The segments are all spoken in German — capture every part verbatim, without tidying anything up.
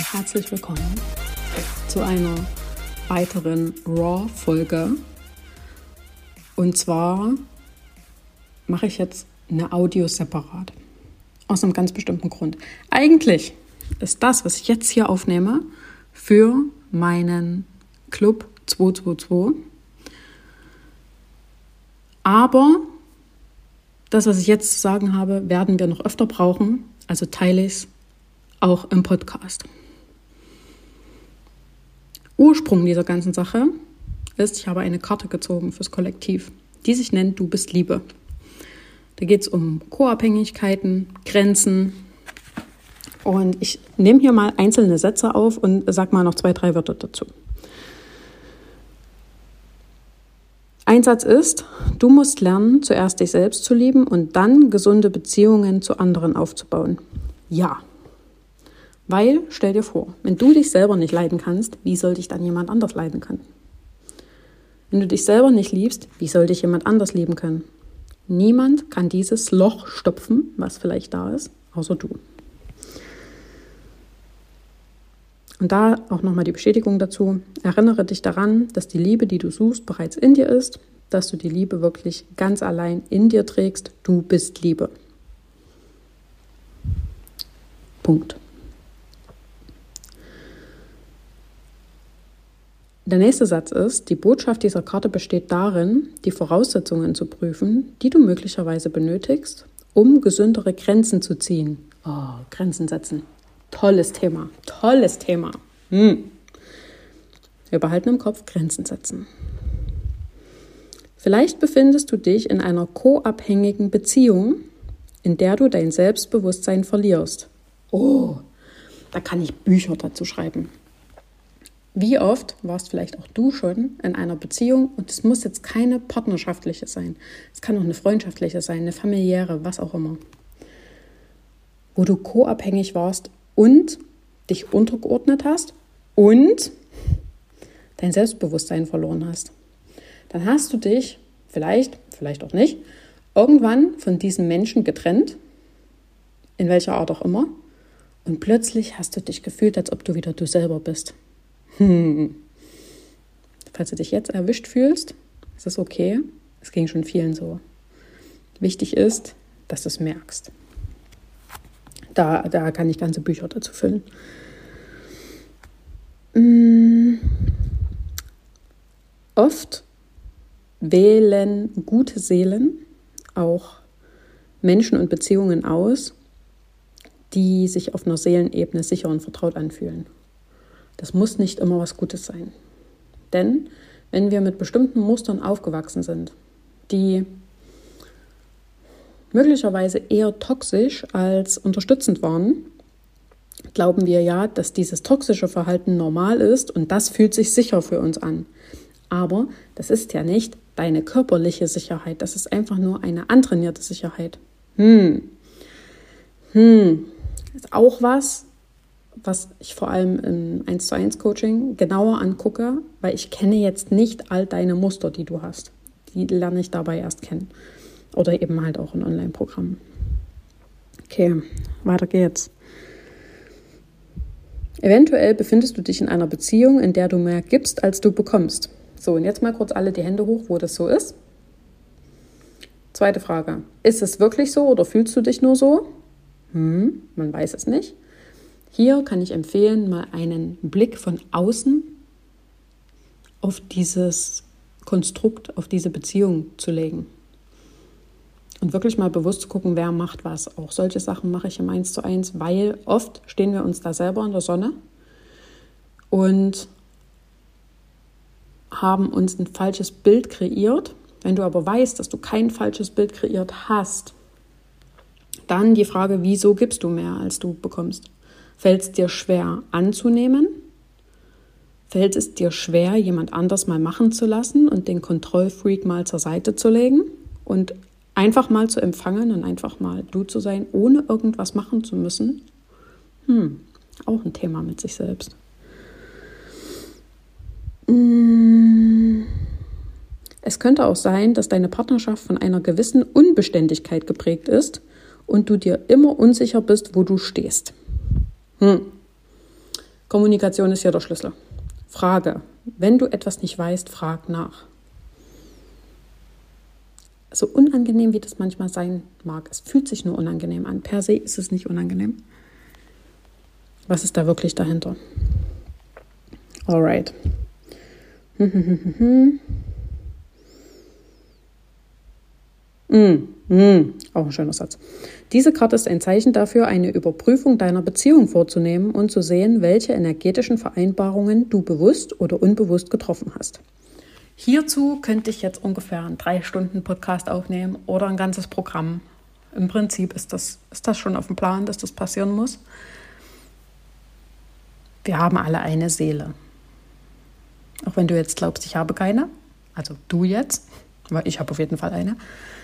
herzlich willkommen zu einer weiteren Raw-Folge. Und zwar mache ich jetzt eine Audio separat. Aus einem ganz bestimmten Grund. Eigentlich ist das, was ich jetzt hier aufnehme, für meinen Club zwei zwei zwei. Aber das, was ich jetzt zu sagen habe, werden wir noch öfter brauchen. Also teile ich es auch im Podcast. Ursprung dieser ganzen Sache ist, ich habe eine Karte gezogen fürs Kollektiv, die sich nennt Du bist Liebe. Da geht es um Co-Abhängigkeiten, Grenzen. Und ich nehme hier mal einzelne Sätze auf und sage mal noch zwei, drei Wörter dazu. Ein Satz ist, du musst lernen, zuerst dich selbst zu lieben und dann gesunde Beziehungen zu anderen aufzubauen. Ja. Weil, stell dir vor, wenn du dich selber nicht leiden kannst, wie soll dich dann jemand anders leiden können? Wenn du dich selber nicht liebst, wie soll dich jemand anders lieben können? Niemand kann dieses Loch stopfen, was vielleicht da ist, außer du. Und da auch nochmal die Bestätigung dazu. Erinnere dich daran, dass die Liebe, die du suchst, bereits in dir ist, dass du die Liebe wirklich ganz allein in dir trägst. Du bist Liebe. Punkt. Der nächste Satz ist, die Botschaft dieser Karte besteht darin, die Voraussetzungen zu prüfen, die du möglicherweise benötigst, um gesündere Grenzen zu ziehen. Oh, Grenzen setzen. Tolles Thema, tolles Thema. Hm. Wir behalten im Kopf Grenzen setzen. Vielleicht befindest du dich in einer co-abhängigen Beziehung, in der du dein Selbstbewusstsein verlierst. Oh, da kann ich Bücher dazu schreiben. Wie oft warst vielleicht auch du schon in einer Beziehung und es muss jetzt keine partnerschaftliche sein. Es kann auch eine freundschaftliche sein, eine familiäre, was auch immer. Wo du co-abhängig warst und dich untergeordnet hast und dein Selbstbewusstsein verloren hast. Dann hast du dich vielleicht, vielleicht auch nicht, irgendwann von diesem Menschen getrennt, in welcher Art auch immer, und plötzlich hast du dich gefühlt, als ob du wieder du selber bist. Hm. Falls du dich jetzt erwischt fühlst, ist das okay. Es ging schon vielen so. Wichtig ist, dass du es merkst. Da, da kann ich ganze Bücher dazu füllen. Hm. Oft wählen gute Seelen auch Menschen und Beziehungen aus, die sich auf einer Seelenebene sicher und vertraut anfühlen. Das muss nicht immer was Gutes sein. Denn wenn wir mit bestimmten Mustern aufgewachsen sind, die möglicherweise eher toxisch als unterstützend waren, glauben wir ja, dass dieses toxische Verhalten normal ist und das fühlt sich sicher für uns an. Aber das ist ja nicht deine körperliche Sicherheit, das ist einfach nur eine antrainierte Sicherheit. Hm. Hm. Ist auch was, was ich vor allem im eins zu eins Coaching genauer angucke, weil ich kenne jetzt nicht all deine Muster, die du hast. Die lerne ich dabei erst kennen. Oder eben halt auch in Online-Programmen. Okay, weiter geht's. Eventuell befindest du dich in einer Beziehung, in der du mehr gibst, als du bekommst. So, und jetzt mal kurz alle die Hände hoch, wo das so ist. Zweite Frage. Ist es wirklich so oder fühlst du dich nur so? Hm, man weiß es nicht. Hier kann ich empfehlen, mal einen Blick von außen auf dieses Konstrukt, auf diese Beziehung zu legen. Und wirklich mal bewusst zu gucken, wer macht was. Auch solche Sachen mache ich im eins zu eins, weil oft stehen wir uns da selber in der Sonne und haben uns ein falsches Bild kreiert. Wenn du aber weißt, dass du kein falsches Bild kreiert hast, dann die Frage, wieso gibst du mehr, als du bekommst? Fällt es dir schwer anzunehmen? Fällt es dir schwer, jemand anders mal machen zu lassen und den Kontrollfreak mal zur Seite zu legen und einfach mal zu empfangen und einfach mal du zu sein, ohne irgendwas machen zu müssen? Hm, auch ein Thema mit sich selbst. Es könnte auch sein, dass deine Partnerschaft von einer gewissen Unbeständigkeit geprägt ist und du dir immer unsicher bist, wo du stehst. Hm. Kommunikation ist hier der Schlüssel. Frage. Wenn du etwas nicht weißt, frag nach. So unangenehm, wie das manchmal sein mag. Es fühlt sich nur unangenehm an. Per se ist es nicht unangenehm. Was ist da wirklich dahinter? Alright. mm, mm, auch ein schöner Satz. Diese Karte ist ein Zeichen dafür, eine Überprüfung deiner Beziehung vorzunehmen und zu sehen, welche energetischen Vereinbarungen du bewusst oder unbewusst getroffen hast. Hierzu könnte ich jetzt ungefähr einen drei Stunden Podcast aufnehmen oder ein ganzes Programm. Im Prinzip ist das, ist das schon auf dem Plan, dass das passieren muss. Wir haben alle eine Seele. Auch wenn du jetzt glaubst, ich habe keine. Also du jetzt, weil ich habe auf jeden Fall eine.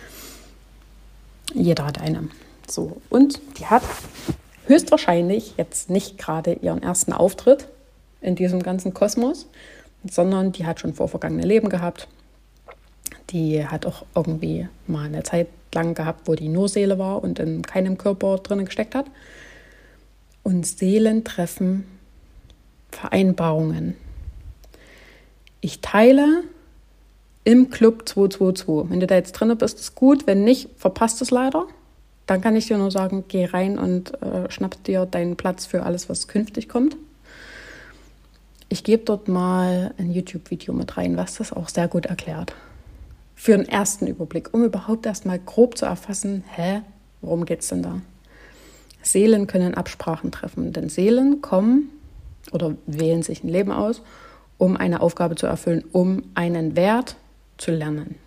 Jeder hat eine. So, und die hat höchstwahrscheinlich jetzt nicht gerade ihren ersten Auftritt in diesem ganzen Kosmos, sondern die hat schon vorvergangene Leben gehabt. Die hat auch irgendwie mal eine Zeit lang gehabt, wo die nur Seele war und in keinem Körper drin gesteckt hat. Und Seelen treffen Vereinbarungen. Ich teile im Club zwei zwei zwei. Wenn du da jetzt drin bist, ist gut. Wenn nicht, verpasst es leider. Dann kann ich dir nur sagen, geh rein und äh, schnapp dir deinen Platz für alles, was künftig kommt. Ich gebe dort mal ein YouTube-Video mit rein, was das auch sehr gut erklärt. Für einen ersten Überblick, um überhaupt erstmal grob zu erfassen, hä, worum geht es denn da? Seelen können Absprachen treffen, denn Seelen kommen oder wählen sich ein Leben aus, um eine Aufgabe zu erfüllen, um einen Wert zu lernen.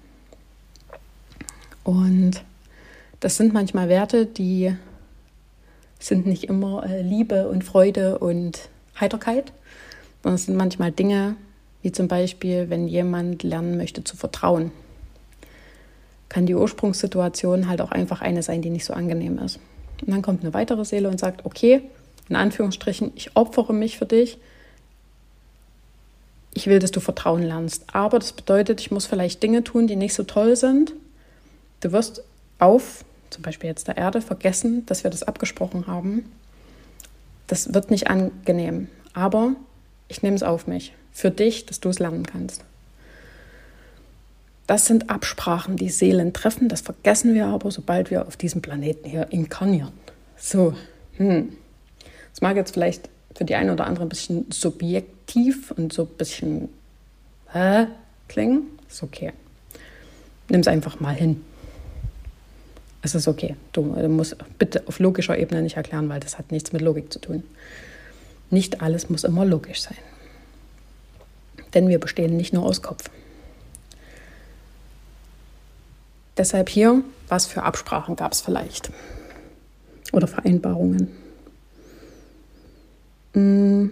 Und das sind manchmal Werte, die sind nicht immer äh, Liebe und Freude und Heiterkeit, sondern es sind manchmal Dinge, wie zum Beispiel, wenn jemand lernen möchte zu vertrauen, kann die Ursprungssituation halt auch einfach eine sein, die nicht so angenehm ist. Und dann kommt eine weitere Seele und sagt, okay, in Anführungsstrichen, ich opfere mich für dich, ich will, dass du Vertrauen lernst. Aber das bedeutet, ich muss vielleicht Dinge tun, die nicht so toll sind. Du wirst auf, zum Beispiel jetzt der Erde, vergessen, dass wir das abgesprochen haben. Das wird nicht angenehm, aber ich nehme es auf mich, für dich, dass du es lernen kannst. Das sind Absprachen, die Seelen treffen, das vergessen wir aber, sobald wir auf diesem Planeten hier inkarnieren. So, hm. Das mag jetzt vielleicht für die eine oder andere ein bisschen subjektiv und so ein bisschen äh, klingen. Ist okay. Nimm es einfach mal hin. Es ist okay. Du, du musst bitte auf logischer Ebene nicht erklären, weil das hat nichts mit Logik zu tun. Nicht alles muss immer logisch sein. Denn wir bestehen nicht nur aus Kopf. Deshalb hier, was für Absprachen gab es vielleicht? Oder Vereinbarungen? Der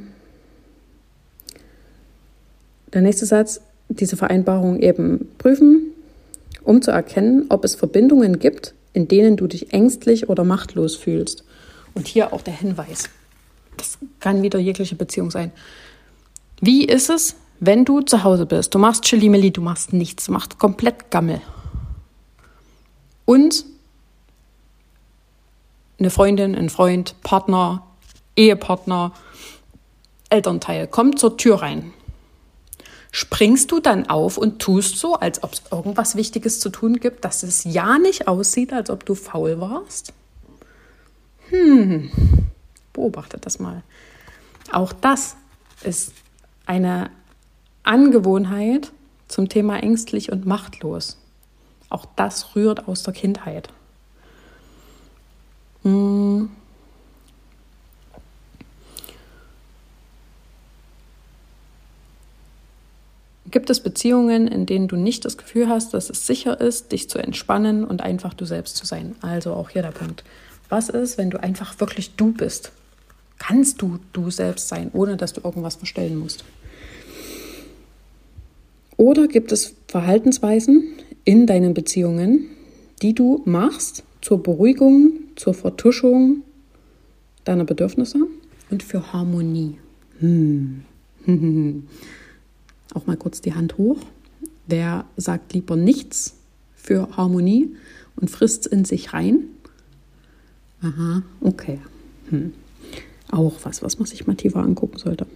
nächste Satz, diese Vereinbarung eben prüfen, um zu erkennen, ob es Verbindungen gibt, in denen du dich ängstlich oder machtlos fühlst. Und hier auch der Hinweis. Das kann wieder jegliche Beziehung sein. Wie ist es, wenn du zu Hause bist? Du machst Chili-Milli, du machst nichts, du machst komplett Gammel. Und eine Freundin, ein Freund, Partner, Ehepartner, Elternteil kommt zur Tür rein. Springst du dann auf und tust so, als ob es irgendwas Wichtiges zu tun gibt, dass es ja nicht aussieht, als ob du faul warst? Hm, beobachte das mal. Auch das ist eine Angewohnheit zum Thema ängstlich und machtlos. Auch das rührt aus der Kindheit. Hm. Gibt es Beziehungen, in denen du nicht das Gefühl hast, dass es sicher ist, dich zu entspannen und einfach du selbst zu sein? Also auch hier der Punkt. Was ist, wenn du einfach wirklich du bist? Kannst du du selbst sein, ohne dass du irgendwas verstellen musst? Oder gibt es Verhaltensweisen in deinen Beziehungen, die du machst zur Beruhigung, zur Vertuschung deiner Bedürfnisse und für Harmonie? Hm. Auch mal kurz die Hand hoch. Wer sagt lieber nichts für Harmonie und frisst in sich rein? Aha, okay. Hm. Auch was, was man sich mal tiefer angucken sollte.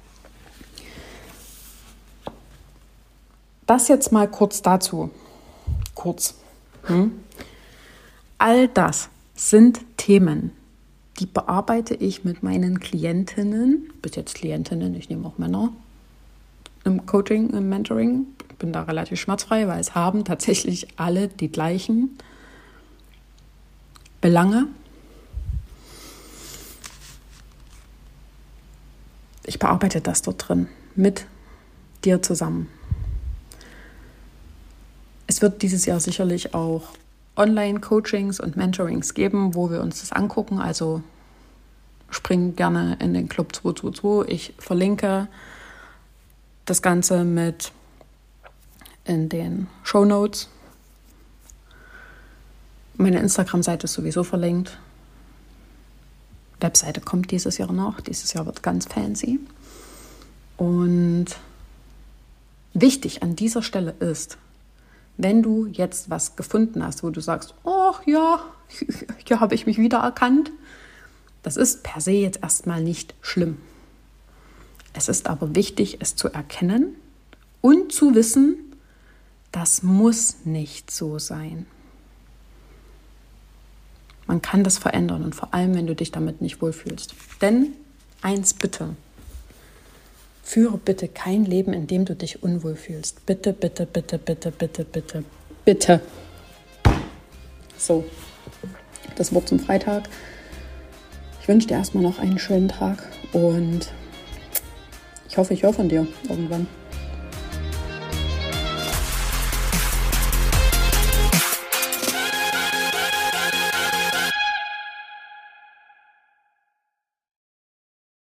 Das jetzt mal kurz dazu. Kurz. Hm? All das sind Themen, die bearbeite ich mit meinen Klientinnen, bis jetzt Klientinnen, ich nehme auch Männer im Coaching, im Mentoring. Bin da relativ schmerzfrei, weil es haben tatsächlich alle die gleichen Belange. Ich bearbeite das dort drin mit dir zusammen. Es wird dieses Jahr sicherlich auch Online-Coachings und Mentorings geben, wo wir uns das angucken. Also spring gerne in den Club zwei zwei zwei. Ich verlinke das Ganze mit in den Shownotes. Meine Instagram-Seite ist sowieso verlinkt. Webseite kommt dieses Jahr noch. Dieses Jahr wird ganz fancy. Und wichtig an dieser Stelle ist, wenn du jetzt was gefunden hast, wo du sagst, oh ja, hier habe ich mich wiedererkannt, das ist per se jetzt erstmal nicht schlimm. Es ist aber wichtig, es zu erkennen und zu wissen, das muss nicht so sein. Man kann das verändern und vor allem, wenn du dich damit nicht wohlfühlst. Denn eins bitte, führe bitte kein Leben, in dem du dich unwohl fühlst. Bitte, bitte, bitte, bitte, bitte, bitte, bitte. So, das Wort zum Freitag. Ich wünsche dir erstmal noch einen schönen Tag und ich hoffe, ich höre von dir irgendwann.